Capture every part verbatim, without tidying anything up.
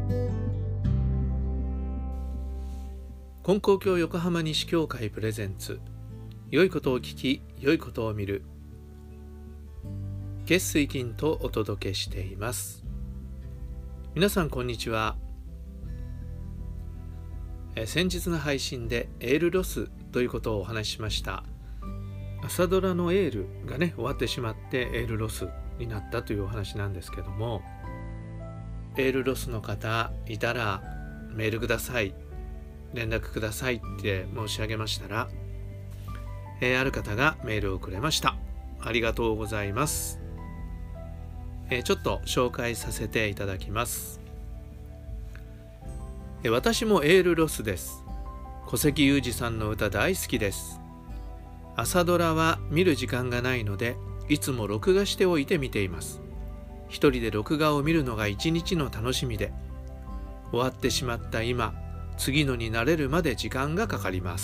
金光教横浜西教会プレゼンツ、良いことを聞き良いことを見る、月水金とお届けしています。皆さんこんにちは。え先日の配信でエールロスということをお話ししました。朝ドラのエールがね終わってしまってエールロスになったというお話なんですけども、エールロスの方いたらメールください、連絡くださいって申し上げましたら、えー、ある方がメールをくれました。ありがとうございます。えー、ちょっと紹介させていただきます。えー、私もエールロスです。小関裕二さんの歌大好きです。朝ドラは見る時間がないので、いつも録画しておいて見ています。一人で録画を見るのが一日の楽しみで、終わってしまった今、次のに慣れるまで時間がかかります。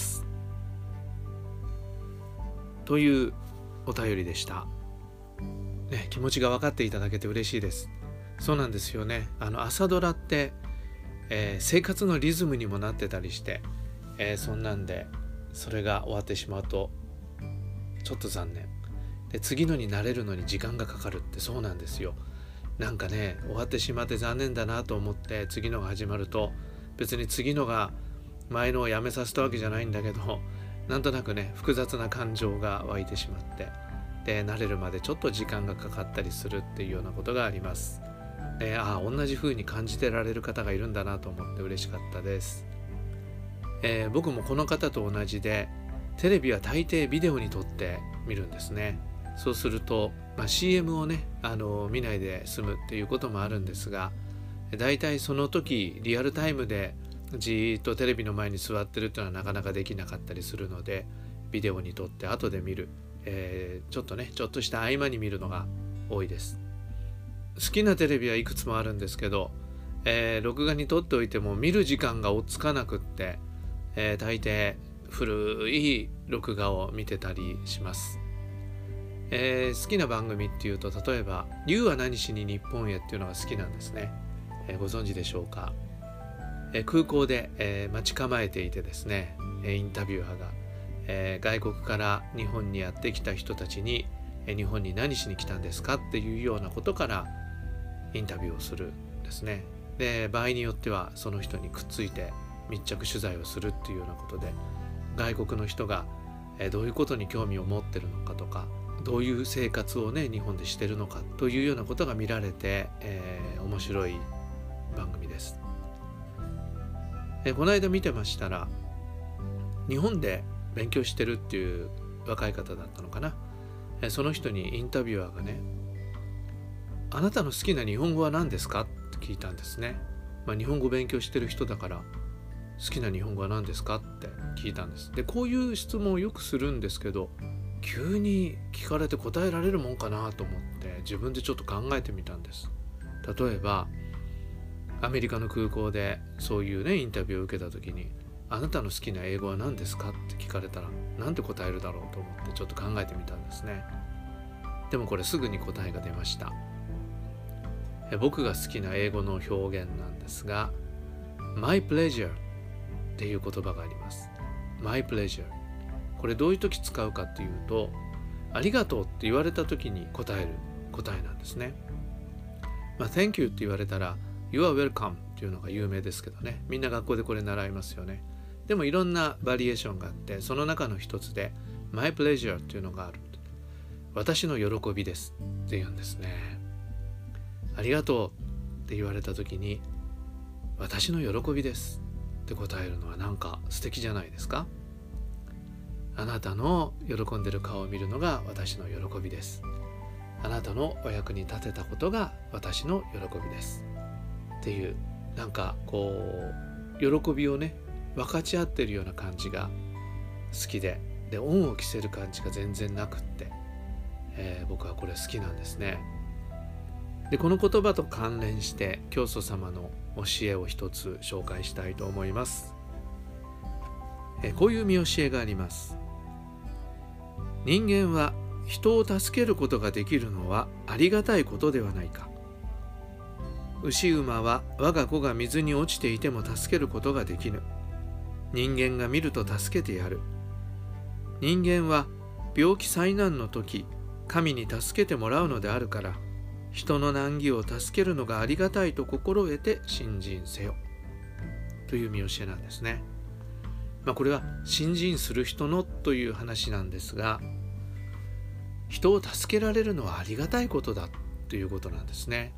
というお便りでした。ね、気持ちが分かっていただけて嬉しいです。そうなんですよね。あの朝ドラって、えー、生活のリズムにもなってたりして、えー、そんなんでそれが終わってしまうとちょっと残念で、次のに慣れるのに時間がかかるってそうなんですよ。なんかね、終わってしまって残念だなと思って次のが始まると、別に次のが前のをやめさせたわけじゃないんだけど、なんとなくね複雑な感情が湧いてしまって、で慣れるまでちょっと時間がかかったりするっていうようなことがあります。で、ああ同じ風に感じてられる方がいるんだなと思って嬉しかったです。えー、僕もこの方と同じで、テレビは大抵ビデオに撮って見るんですね。そうすると、まあ、シーエム をねあの見ないで済むっていうこともあるんですが、だいたいその時リアルタイムでじーっとテレビの前に座ってるっていうのはなかなかできなかったりするので、ビデオに撮って後で見る、えー、ちょっとねちょっとした合間に見るのが多いです。好きなテレビはいくつもあるんですけど、えー、録画に撮っておいても見る時間が追っつかなくって、えー、大抵古い録画を見てたりします。えー、好きな番組っていうと、例えば「ユーは何しに日本へ」っていうのが好きなんですね。えー、ご存知でしょうか。えー、空港で、えー、待ち構えていてですね、インタビュアーが、えー、外国から日本にやってきた人たちに、えー、日本に何しに来たんですかっていうようなことからインタビューをするんですね。で、場合によってはその人にくっついて密着取材をするっていうようなことで、外国の人がどういうことに興味を持ってるのかとか、どういう生活をね日本でしてるのかというようなことが見られて、えー、面白い番組です。えー、この間見てましたら、日本で勉強してるっていう若い方だったのかな。えー、その人にインタビュアーがね、あなたの好きな日本語は何ですかって聞いたんですね。まあ、日本語勉強してる人だから好きな日本語は何ですかって聞いたんです。で、こういう質問をよくするんですけど、急に聞かれて答えられるもんかなと思って自分でちょっと考えてみたんです。例えばアメリカの空港でそういうねインタビューを受けた時に、あなたの好きな英語は何ですかって聞かれたらなんて答えるだろうと思ってちょっと考えてみたんですね。でもこれすぐに答えが出ました。え僕が好きな英語の表現なんですが、 My pleasureっていう言葉があります。 My pleasure、 これどういう時使うかっていうと、ありがとうって言われた時に答える答えなんですね。まあ、Thank you って言われたら You are welcome っていうのが有名ですけどね、みんな学校でこれ習いますよね。でもいろんなバリエーションがあって、その中の一つで My pleasure っていうのがある。私の喜びですって言うんですね。ありがとうって言われた時に、私の喜びですって答えるのはなんか素敵じゃないですか。あなたの喜んでる顔を見るのが私の喜びです。あなたのお役に立てたことが私の喜びですっていう、なんかこう喜びをね分かち合ってるような感じが好きで、で恩を着せる感じが全然なくって、えー、僕はこれ好きなんですね。でこの言葉と関連して教祖様の教えを一つ紹介したいと思います。えこういう見教えがあります。人間は人を助けることができるのはありがたいことではないか。 牛馬は我が子が水に落ちていても助けることができぬ。人間が見ると助けてやる。人間は病気災難の時、神に助けてもらうのであるから、人の難儀を助けるのがありがたいと心得て信心せよ。という見教えなんですね。まあ、これは信心する人のという話なんですが、人を助けられるのはありがたいことだということなんですね。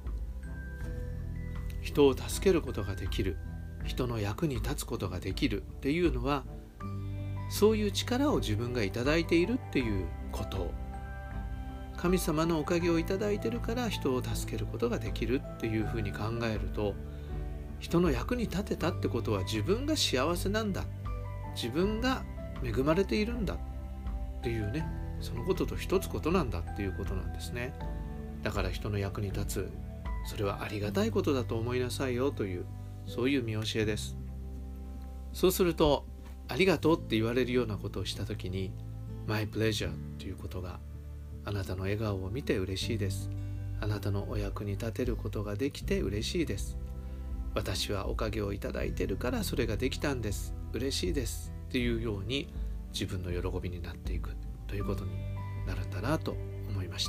人を助けることができる、人の役に立つことができるっていうのは、そういう力を自分がいただいているっていうこと。神様のおかげをいただいているから人を助けることができるっていうふうに考えると、人の役に立てたってことは自分が幸せなんだ、自分が恵まれているんだっていうね、そのことと一つことなんだっていうことなんですね。だから人の役に立つ、それはありがたいことだと思いなさいよという、そういう見教えです。そうすると、ありがとうって言われるようなことをしたときに、My pleasure ということが、あなたの笑顔を見て嬉しいです。あなたのお役に立てることができて嬉しいです。私はおかげをいただいているからそれができたんです。嬉しいですっていうように自分の喜びになっていくということになるんだなと思いました。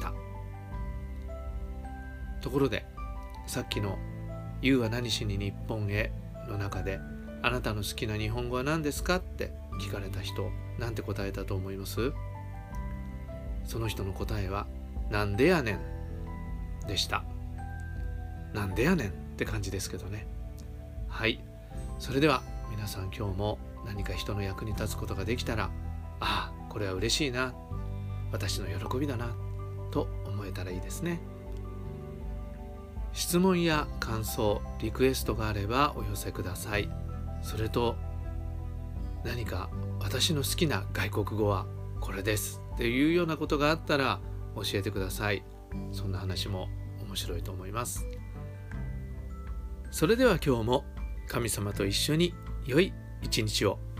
ところで、さっきの「Youは何しに日本へ」の中で、あなたの好きな日本語は何ですかって聞かれた人、なんて答えたと思います？その人の答えはなんでやねんでした。なんでやねんって感じですけどね。はい、それでは皆さん、今日も何か人の役に立つことができたら、ああこれは嬉しいな、私の喜びだなと思えたらいいですね。質問や感想、リクエストがあればお寄せください。それと、何か私の好きな外国語はこれですっていうようなことがあったら教えてください。そんな話も面白いと思います。それでは今日も神様と一緒に良い一日を。